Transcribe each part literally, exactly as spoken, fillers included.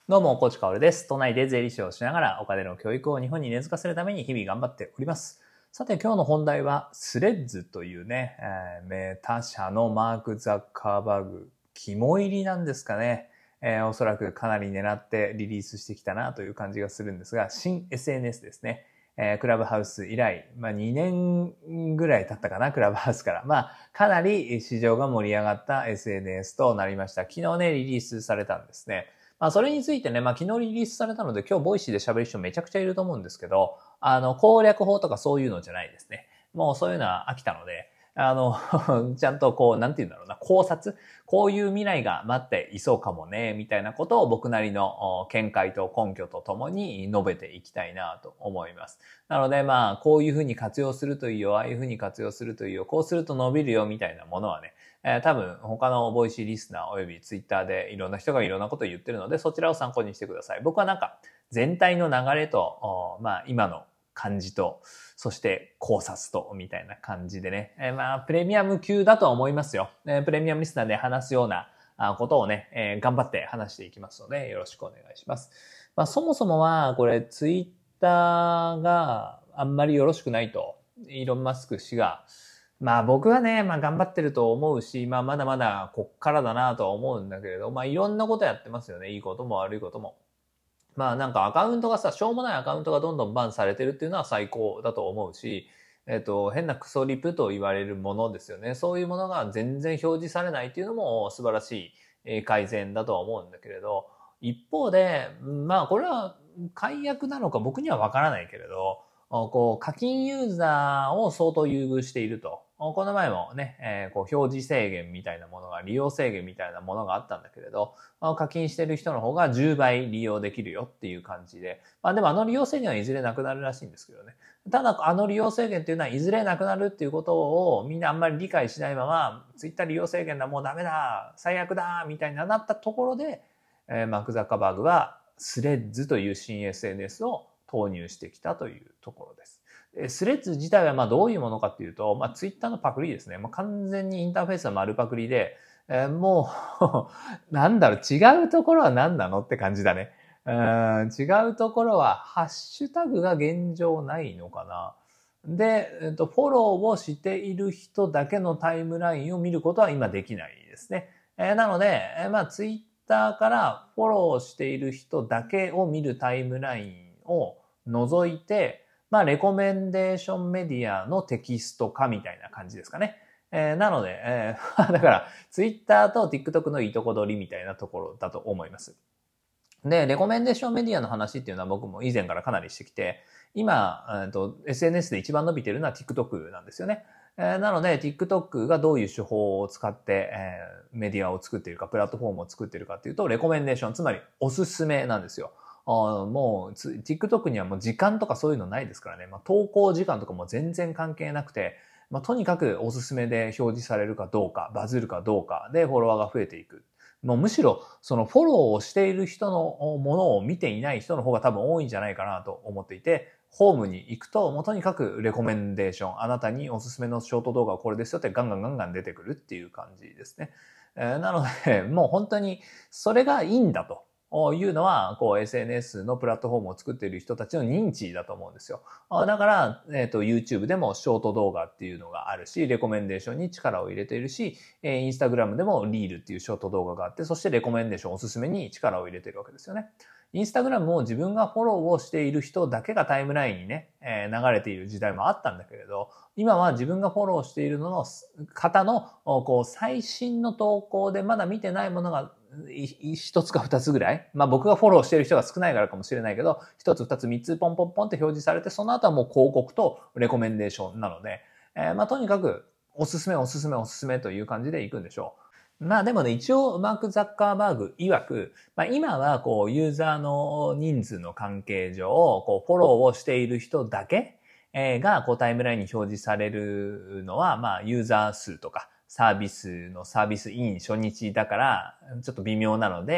どうも、コーチカオルです。都内で税理士をしながらお金の教育を日本に根付かせるために日々頑張っております。さて、今日の本題はスレッズというね、えー、メタ社のマーク・ザッカーバーグ、肝入りなんですかね。えー、おそらくかなり狙ってリリースしてきたなという感じがするんですが、新 エスエヌエス ですね。えー、クラブハウス以来、まあにねんぐらい経ったかな、クラブハウスから。まあ、かなり市場が盛り上がった エスエヌエス となりました。昨日ね、リリースされたんですね。まあ、それについてね、まあ、昨日リリースされたので、今日ボイシーで喋る人めちゃくちゃいると思うんですけど、あの、攻略法とかそういうのじゃないですね。もうそういうのは飽きたので、あの、ちゃんとこう、なんて言うんだろうな、考察、こういう未来が待っていそうかもね、みたいなことを僕なりの見解と根拠とともに述べていきたいなと思います。なので、まあ、こういうふうに活用するといいよ、ああいうふうに活用するといいよ、こうすると伸びるよ、みたいなものはね、えー、多分他のボイシーリスナーおよびツイッターでいろんな人がいろんなことを言ってるので、そちらを参考にしてください。僕はなんか全体の流れと、まあ今の感じと、そして考察と、みたいな感じでね、えー、まあプレミアム級だとは思いますよ。えー、プレミアムリスナーで話すようなことをね、えー、頑張って話していきますので、よろしくお願いします。まあそもそもはこれツイッターがあんまりよろしくないと、イーロン・マスク氏がまあ僕はね、まあ頑張ってると思うし、まあまだまだこっからだなとは思うんだけれど、まあいろんなことやってますよね。いいことも悪いことも。まあなんかアカウントがさ、しょうもないアカウントがどんどんバンされてるっていうのは最高だと思うし、えっと、変なクソリプと言われるものですよね。そういうものが全然表示されないっていうのも素晴らしい改善だとは思うんだけれど、一方で、まあこれは解約なのか僕にはわからないけれど、こう課金ユーザーを相当優遇していると。この前もね、えー、こう表示制限みたいなものが、利用制限みたいなものがあったんだけれど、課金してる人の方がじゅうばい利用できるよっていう感じで。まあでもあの利用制限はいずれなくなるらしいんですけどね。ただあの利用制限っていうのはいずれなくなるっていうことをみんなあんまり理解しないまま、ツイッター利用制限だ、もうダメだ、最悪だ、みたいになったところで、えー、マーク・ザッカーバーグはスレッズという新 エスエヌエス を投入してきたというところです。スレッズ自体はまあどういうものかっていうと、まあツイッターのパクリですね。まあ完全にインターフェースは丸パクリで、えー、もうなんだろう、違うところは何なのって感じだね。うん違うところは、ハッシュタグが現状ないのかな。で、えっと、フォローをしている人だけのタイムラインを見ることは今できないですね。えー、なので、えー、まあツイッターからフォローしている人だけを見るタイムラインを除いて、まあ、レコメンデーションメディアのテキスト化みたいな感じですかね。えー、なので、えー、だから、ツイッターと TikTok のいいとこ取りみたいなところだと思います。で、レコメンデーションメディアの話っていうのは僕も以前からかなりしてきて、今、えー、と エスエヌエス で一番伸びているのは TikTok なんですよね。えー、なので、TikTok がどういう手法を使って、えー、メディアを作っているか、プラットフォームを作っているかっていうと、レコメンデーション、つまりおすすめなんですよ。あもう、TikTok にはもう時間とかそういうのないですからね。まあ、投稿時間とかも全然関係なくて、まあ、とにかくおすすめで表示されるかどうか、バズるかどうかでフォロワーが増えていく。もうむしろ、そのフォローをしている人のものを見ていない人の方が多分多いんじゃないかなと思っていて、ホームに行くと、もうとにかくレコメンデーション、あなたにおすすめのショート動画はこれですよってガンガンガンガン出てくるっていう感じですね。えー、なので、もう本当にそれがいいんだと。いうのは、こう エスエヌエス のプラットフォームを作っている人たちの認知だと思うんですよ。だから、えっと、YouTube でもショート動画っていうのがあるし、レコメンデーションに力を入れているし、Instagram でもリールっていうショート動画があって、そしてレコメンデーションおすすめに力を入れているわけですよね。インスタグラムも自分がフォローをしている人だけがタイムラインにね、えー、流れている時代もあったんだけれど、今は自分がフォローしているのの方のこう最新の投稿でまだ見てないものが一つか二つぐらい。まあ僕がフォローしている人が少ないからかもしれないけど、一つ二つ三つポンポンポンって表示されて、その後はもう広告とレコメンデーションなので、えー、まあとにかくおすすめおすすめおすすめという感じでいくんでしょう。まあでもね、一応マーク・ザッカーバーグ曰く、まあ今はこうユーザーの人数の関係上、こうフォローをしている人だけがこうタイムラインに表示されるのは、まあユーザー数とかサービスのサービスイン初日だからちょっと微妙なので、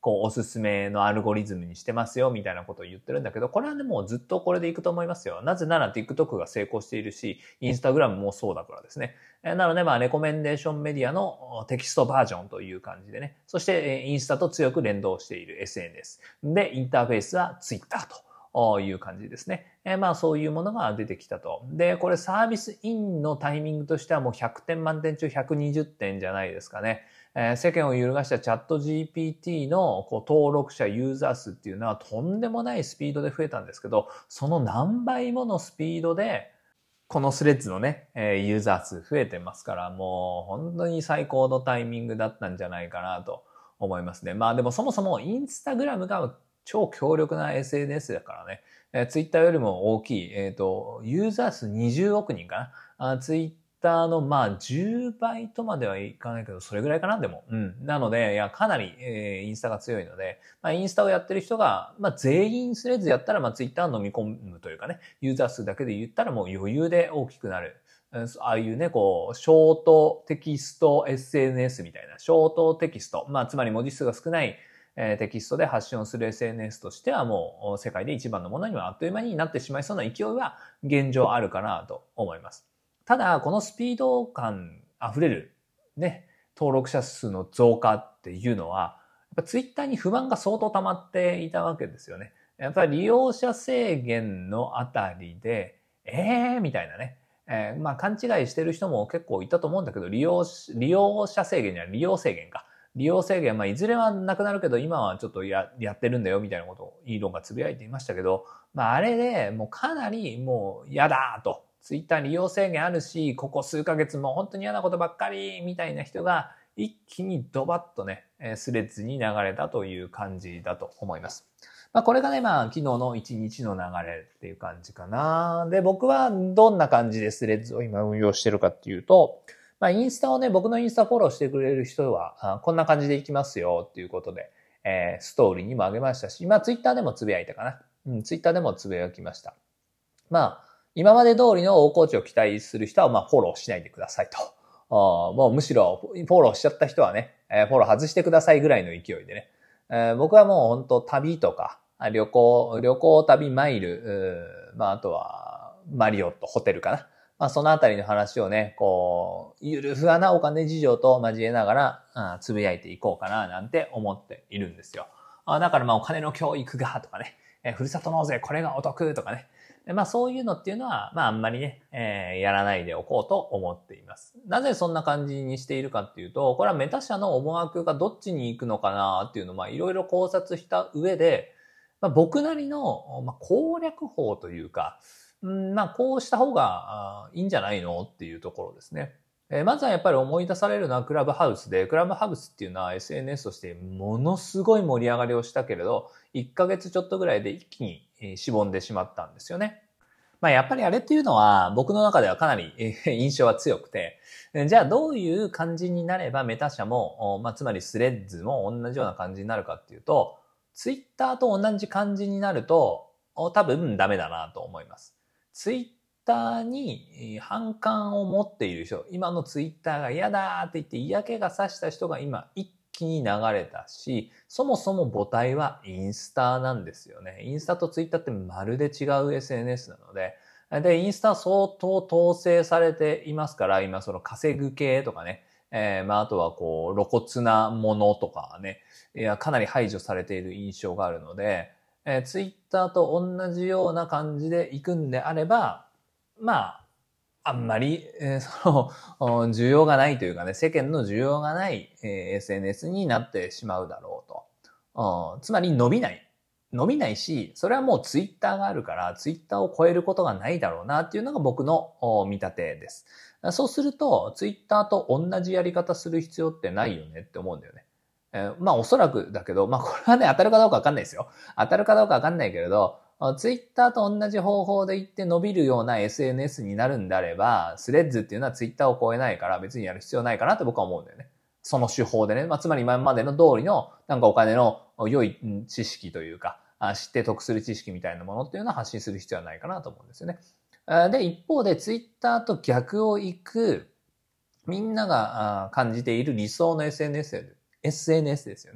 こう、おすすめのアルゴリズムにしてますよ、みたいなことを言ってるんだけど、これはね、もうずっとこれでいくと思いますよ。なぜなら TikTok が成功しているし、Instagram もそうだからですね。なので、まあ、レコメンデーションメディアのテキストバージョンという感じでね。そして、インスタと強く連動している エスエヌエス。で、インターフェースは Twitter という感じですね。えまあ、そういうものが出てきたと。で、これサービスインのタイミングとしてはもうひゃくてん満点中ひゃくにじゅってんじゃないですかね。えー、世間を揺るがしたチャット ジーピーティー のこう登録者、ユーザー数っていうのはとんでもないスピードで増えたんですけど、その何倍ものスピードで、このスレッズのね、えー、ユーザー数増えてますから、もう本当に最高のタイミングだったんじゃないかなと思いますね。まあでもそもそもインスタグラムが超強力な エスエヌエス だからね、えー、ツイッターよりも大きい、えっと、ユーザー数にじゅうおくにんかな。あツイッターのまあじゅうばいとまではいかないけど、それぐらいかな、でも。うん。なので、いや、かなり、えー、インスタが強いので、まあ、インスタをやってる人が、まあ、全員スレッズやったら、まあ、ツイッター飲み込むというかね、ユーザー数だけで言ったらもう余裕で大きくなる。ああいうね、こう、ショートテキスト エスエヌエス みたいな、ショートテキスト、まあ、つまり文字数が少ない、えー、テキストで発信をする エスエヌエス としてはもう世界で一番のものにはあっという間になってしまいそうな勢いは現状あるかなと思います。ただ、このスピード感溢れる、ね、登録者数の増加っていうのは、やっぱツイッターに不満が相当溜まっていたわけですよね。やっぱり利用者制限のあたりで、えーみたいなね。えー、まあ勘違いしてる人も結構いたと思うんだけど、利用、利用者制限じゃない、利用制限か。利用制限、まあいずれはなくなるけど、今はちょっとや、やってるんだよみたいなことをイーロンがつぶやいていましたけど、まああれでもうかなりもう嫌だと。ツイッター利用制限あるし、ここ数ヶ月も本当に嫌なことばっかりみたいな人が一気にドバッとね、スレッズに流れたという感じだと思います。まあこれがね、まあ昨日の一日の流れっていう感じかな。で、僕はどんな感じでスレッズを今運用してるかっていうと、まあインスタをね、僕のインスタフォローしてくれる人は、こんな感じでいきますよっていうことで、えー、ストーリーにも上げましたし、まあツイッターでもつぶやいたかな。うん、ツイッターでもつぶやきました。まあ、今まで通りの大河内を期待する人は、まあ、フォローしないでくださいと。もうむしろ、フォローしちゃった人はね、フォロー外してくださいぐらいの勢いでね。えー、僕はもう本当旅とか、旅行、旅行旅マイル、まあ、あとは、マリオット、ホテルかな。まあ、そのあたりの話をね、こう、ゆるふわなお金事情と交えながら、うん、つぶやいていこうかな、なんて思っているんですよ。あだからまあ、お金の教育が、とかね、えー、ふるさと納税、これがお得とかね。まあそういうのっていうのは、まああんまりね、えー、やらないでおこうと思っています。なぜそんな感じにしているかっていうと、これはメタ社の思惑がどっちに行くのかなっていうのをまあいろいろ考察した上で、まあ、僕なりの、まあ、攻略法というか、うん、まあこうした方がいいんじゃないのっていうところですね。えー、まずはやっぱり思い出されるのはクラブハウスで、クラブハウスっていうのは エスエヌエス としてものすごい盛り上がりをしたけれど、いっかげつちょっとぐらいで一気にしぼんでしまったんですよね。まあやっぱりあれっていうのは僕の中ではかなり印象は強くて、じゃあどういう感じになればメタ社も、まあつまりスレッズも同じような感じになるかっていうと、ツイッターと同じ感じになると多分ダメだなと思います。ツイッターに反感を持っている人、今のツイッターが嫌だって言って嫌気がさした人が今一気に流れたし、そもそも母体はインスタなんですよね。インスタとツイッターってまるで違う エスエヌエス なので、で、インスタ相当統制されていますから、今その稼ぐ系とかね、えー、まああとはこう露骨なものとかね、いや、かなり排除されている印象があるので、えー、ツイッターと同じような感じで行くんであれば、まあ、あんまり、えー、その、需要がないというかね、世間の需要がない、えー、エスエヌエス になってしまうだろうと。つまり伸びない。伸びないし、それはもうツイッターがあるから、ツイッターを超えることがないだろうなっていうのが僕の見立てです。そうすると、ツイッターと同じやり方する必要ってないよねって思うんだよね。えー、まあおそらくだけど、まあこれはね、当たるかどうかわかんないですよ。当たるかどうかわかんないけれど、ツイッターと同じ方法で言って伸びるような エスエヌエス になるんであれば、スレッズっていうのはツイッターを超えないから別にやる必要ないかなって僕は思うんだよね。その手法でね。まあ、つまり今までの通りのなんかお金の良い知識というか、知って得する知識みたいなものっていうのを発信する必要はないかなと思うんですよね。で、一方でツイッターと逆を行く、みんなが感じている理想の エスエヌエス、エスエヌエス ですよね。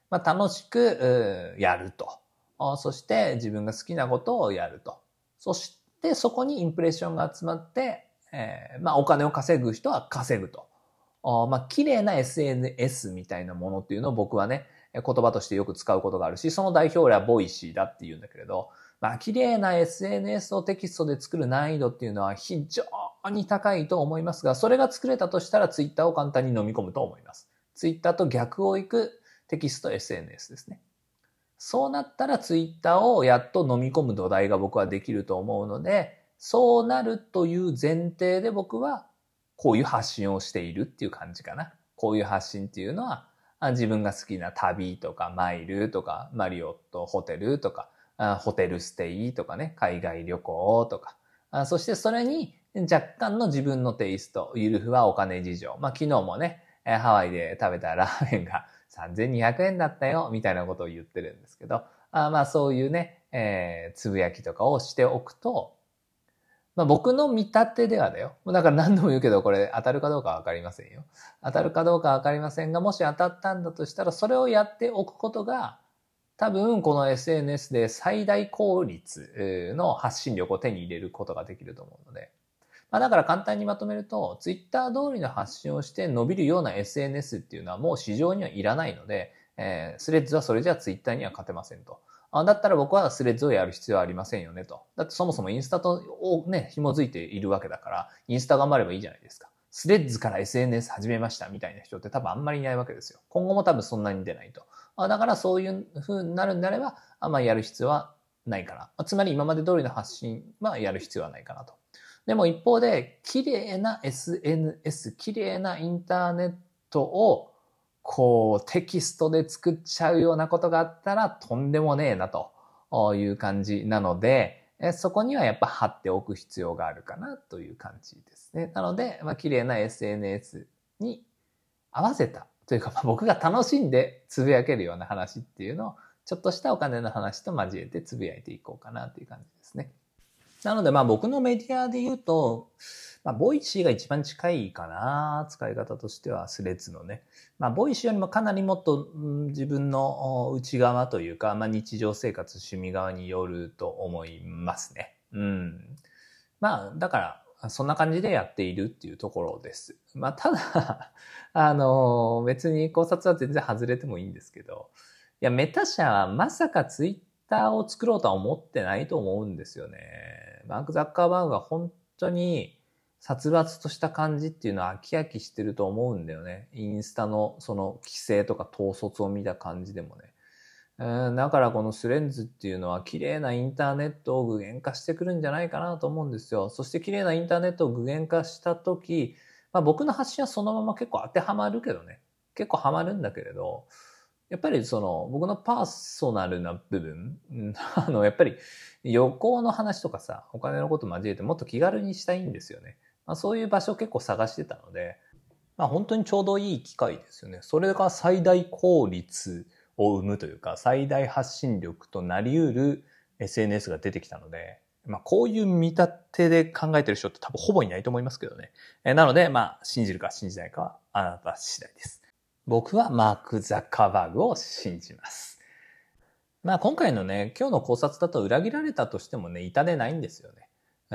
まあ、楽しくやると。そして自分が好きなことをやると。そしてそこにインプレッションが集まって、えー、まあお金を稼ぐ人は稼ぐと。まあ綺麗な エスエヌエス みたいなものっていうのを僕はね、言葉としてよく使うことがあるし、その代表例はボイシーだって言うんだけれど、まあ綺麗な エスエヌエス をテキストで作る難易度っていうのは非常に高いと思いますが、それが作れたとしたら Twitter を簡単に飲み込むと思います。Twitter と逆を行くテキスト エスエヌエス ですね。そうなったらツイッターをやっと飲み込む土台が僕はできると思うので、そうなるという前提で僕はこういう発信をしているっていう感じかな。こういう発信っていうのは自分が好きな旅とかマイルとかマリオットホテルとかホテルステイとかね、海外旅行とか、そしてそれに若干の自分のテイスト、ゆるふわお金事情。まあ昨日もね、ハワイで食べたラーメンがさんぜんにひゃくえんだったよ、みたいなことを言ってるんですけど、あまあそういうね、えー、つぶやきとかをしておくと、まあ僕の見立てではだよ。だから何度も言うけど、これ当たるかどうかわかりませんよ。当たるかどうかわかりませんが、もし当たったんだとしたら、それをやっておくことが、多分この エスエヌエス で最大効率の発信力を手に入れることができると思うので、まあ、だから簡単にまとめると、ツイッター通りの発信をして伸びるような エスエヌエス っていうのはもう市場にはいらないので、えー、スレッズはそれじゃツイッターには勝てませんと。あだったら僕はスレッズをやる必要はありませんよねと。だってそもそもインスタとをね、紐づいているわけだから、インスタ頑張ればいいじゃないですか。スレッズから エスエヌエス 始めましたみたいな人って多分あんまりいないわけですよ。今後も多分そんなに出ないと。あだからそういう風になるんであれば、あまあやる必要はないかな。つまり今まで通りの発信はやる必要はないかなと。でも一方で、綺麗な エスエヌエス、綺麗なインターネットを、こう、テキストで作っちゃうようなことがあったら、とんでもねえな、という感じなので、そこにはやっぱ貼っておく必要があるかな、という感じですね。なので、まあ、綺麗な エスエヌエス に合わせた、というか、まあ、僕が楽しんでつぶやけるような話っていうのを、ちょっとしたお金の話と交えてつぶやいていこうかな、という感じですね。なのでまあ僕のメディアで言うと、まあボイシーが一番近いかな、使い方としてはスレッズのね。まあボイシーよりもかなりもっと自分の内側というか、まあ日常生活趣味側によると思いますね。うん。まあだからそんな感じでやっているっていうところです。まあただ、あの別に考察は全然外れてもいいんですけど、いやメタ社はまさかツイッターを作ろうとは思ってないと思うんですよね。マーク・ザッカーバーグが本当に殺伐とした感じっていうのは飽き飽きしてると思うんだよね。インスタのその規制とか統率を見た感じでもね。うんだからこのスレンズっていうのは綺麗なインターネットを具現化してくるんじゃないかなと思うんですよ。そして綺麗なインターネットを具現化したとき、まあ僕の発信はそのまま結構当てはまるけどね。結構はまるんだけれど、やっぱりその僕のパーソナルな部分、あのやっぱり旅行の話とかさ、お金のこと交えてもっと気軽にしたいんですよね。まあ、そういう場所を結構探してたので、まあ本当にちょうどいい機会ですよね。それが最大効率を生むというか、最大発信力となり得る エスエヌエス が出てきたので、まあこういう見立てで考えてる人って多分ほぼいないと思いますけどね。えなので、まあ信じるか信じないかはあなた次第です。僕はマーク・ザッカーバーグを信じます。まあ今回のね、今日の考察だと裏切られたとしてもね、痛手ないんですよね。うん、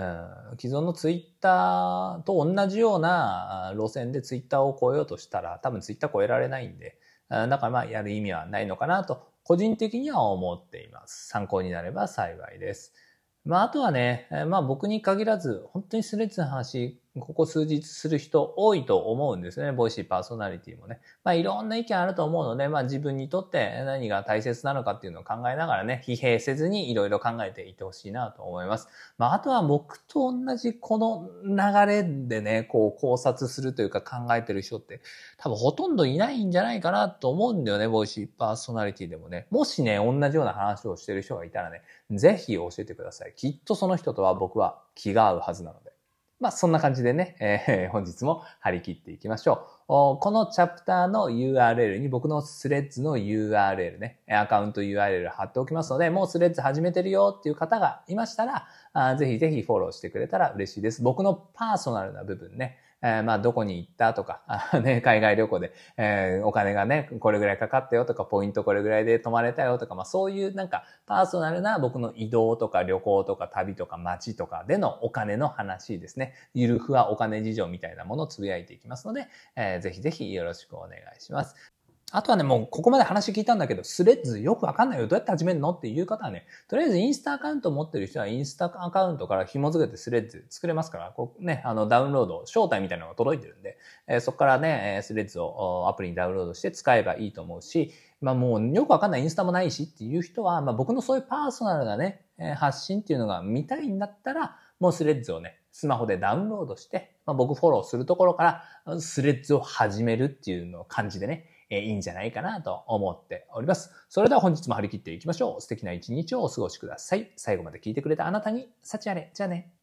既存のツイッターと同じような路線でツイッターを超えようとしたら多分ツイッター超えられないんで、だからまあやる意味はないのかなと個人的には思っています。参考になれば幸いです。まああとはね、まあ僕に限らず本当にスレッズの話、ここ数日する人多いと思うんですね。ボイシーパーソナリティもね。まあいろんな意見あると思うので、まあ自分にとって何が大切なのかっていうのを考えながらね、疲弊せずにいろいろ考えていってほしいなと思います。まああとは僕と同じこの流れでね、こう考察するというか考えてる人って多分ほとんどいないんじゃないかなと思うんだよね。ボイシーパーソナリティでもね。もしね、同じような話をしてる人がいたらね、ぜひ教えてください。きっとその人とは僕は気が合うはずなので。まあそんな感じでね、えー、本日も張り切っていきましょう。このチャプターの ユーアールエル に僕のスレッズの ユーアールエル ね、アカウント ユーアールエル 貼っておきますので、もうスレッズ始めてるよっていう方がいましたら、あぜひぜひフォローしてくれたら嬉しいです。僕のパーソナルな部分ね、 えー、まあどこに行ったとか、あね、海外旅行で、えー、お金がね、これぐらいかかったよとか、ポイントこれぐらいで泊まれたよとか、まあそういうなんかパーソナルな僕の移動とか旅行とか旅とか街とかでのお金の話ですね。ゆるふわお金事情みたいなものをつぶやいていきますので、えー、ぜひぜひよろしくお願いします。あとはね、もうここまで話聞いたんだけど、スレッズよくわかんないよ。どうやって始めるのっていう方はね、とりあえずインスタアカウント持ってる人はインスタアカウントから紐付けてスレッズ作れますから、こうね、あのダウンロード、招待みたいなのが届いてるんで、えー、そこからね、スレッズをアプリにダウンロードして使えばいいと思うし、まあもうよくわかんないインスタもないしっていう人は、まあ僕のそういうパーソナルなね、発信っていうのが見たいんだったら、もうスレッズをね、スマホでダウンロードして、まあ、僕フォローするところからスレッズを始めるっていうのを感じでね、えー、いいんじゃないかなと思っております。それでは本日も張り切っていきましょう。素敵な一日をお過ごしください。最後まで聞いてくれたあなたに幸あれ。じゃあね。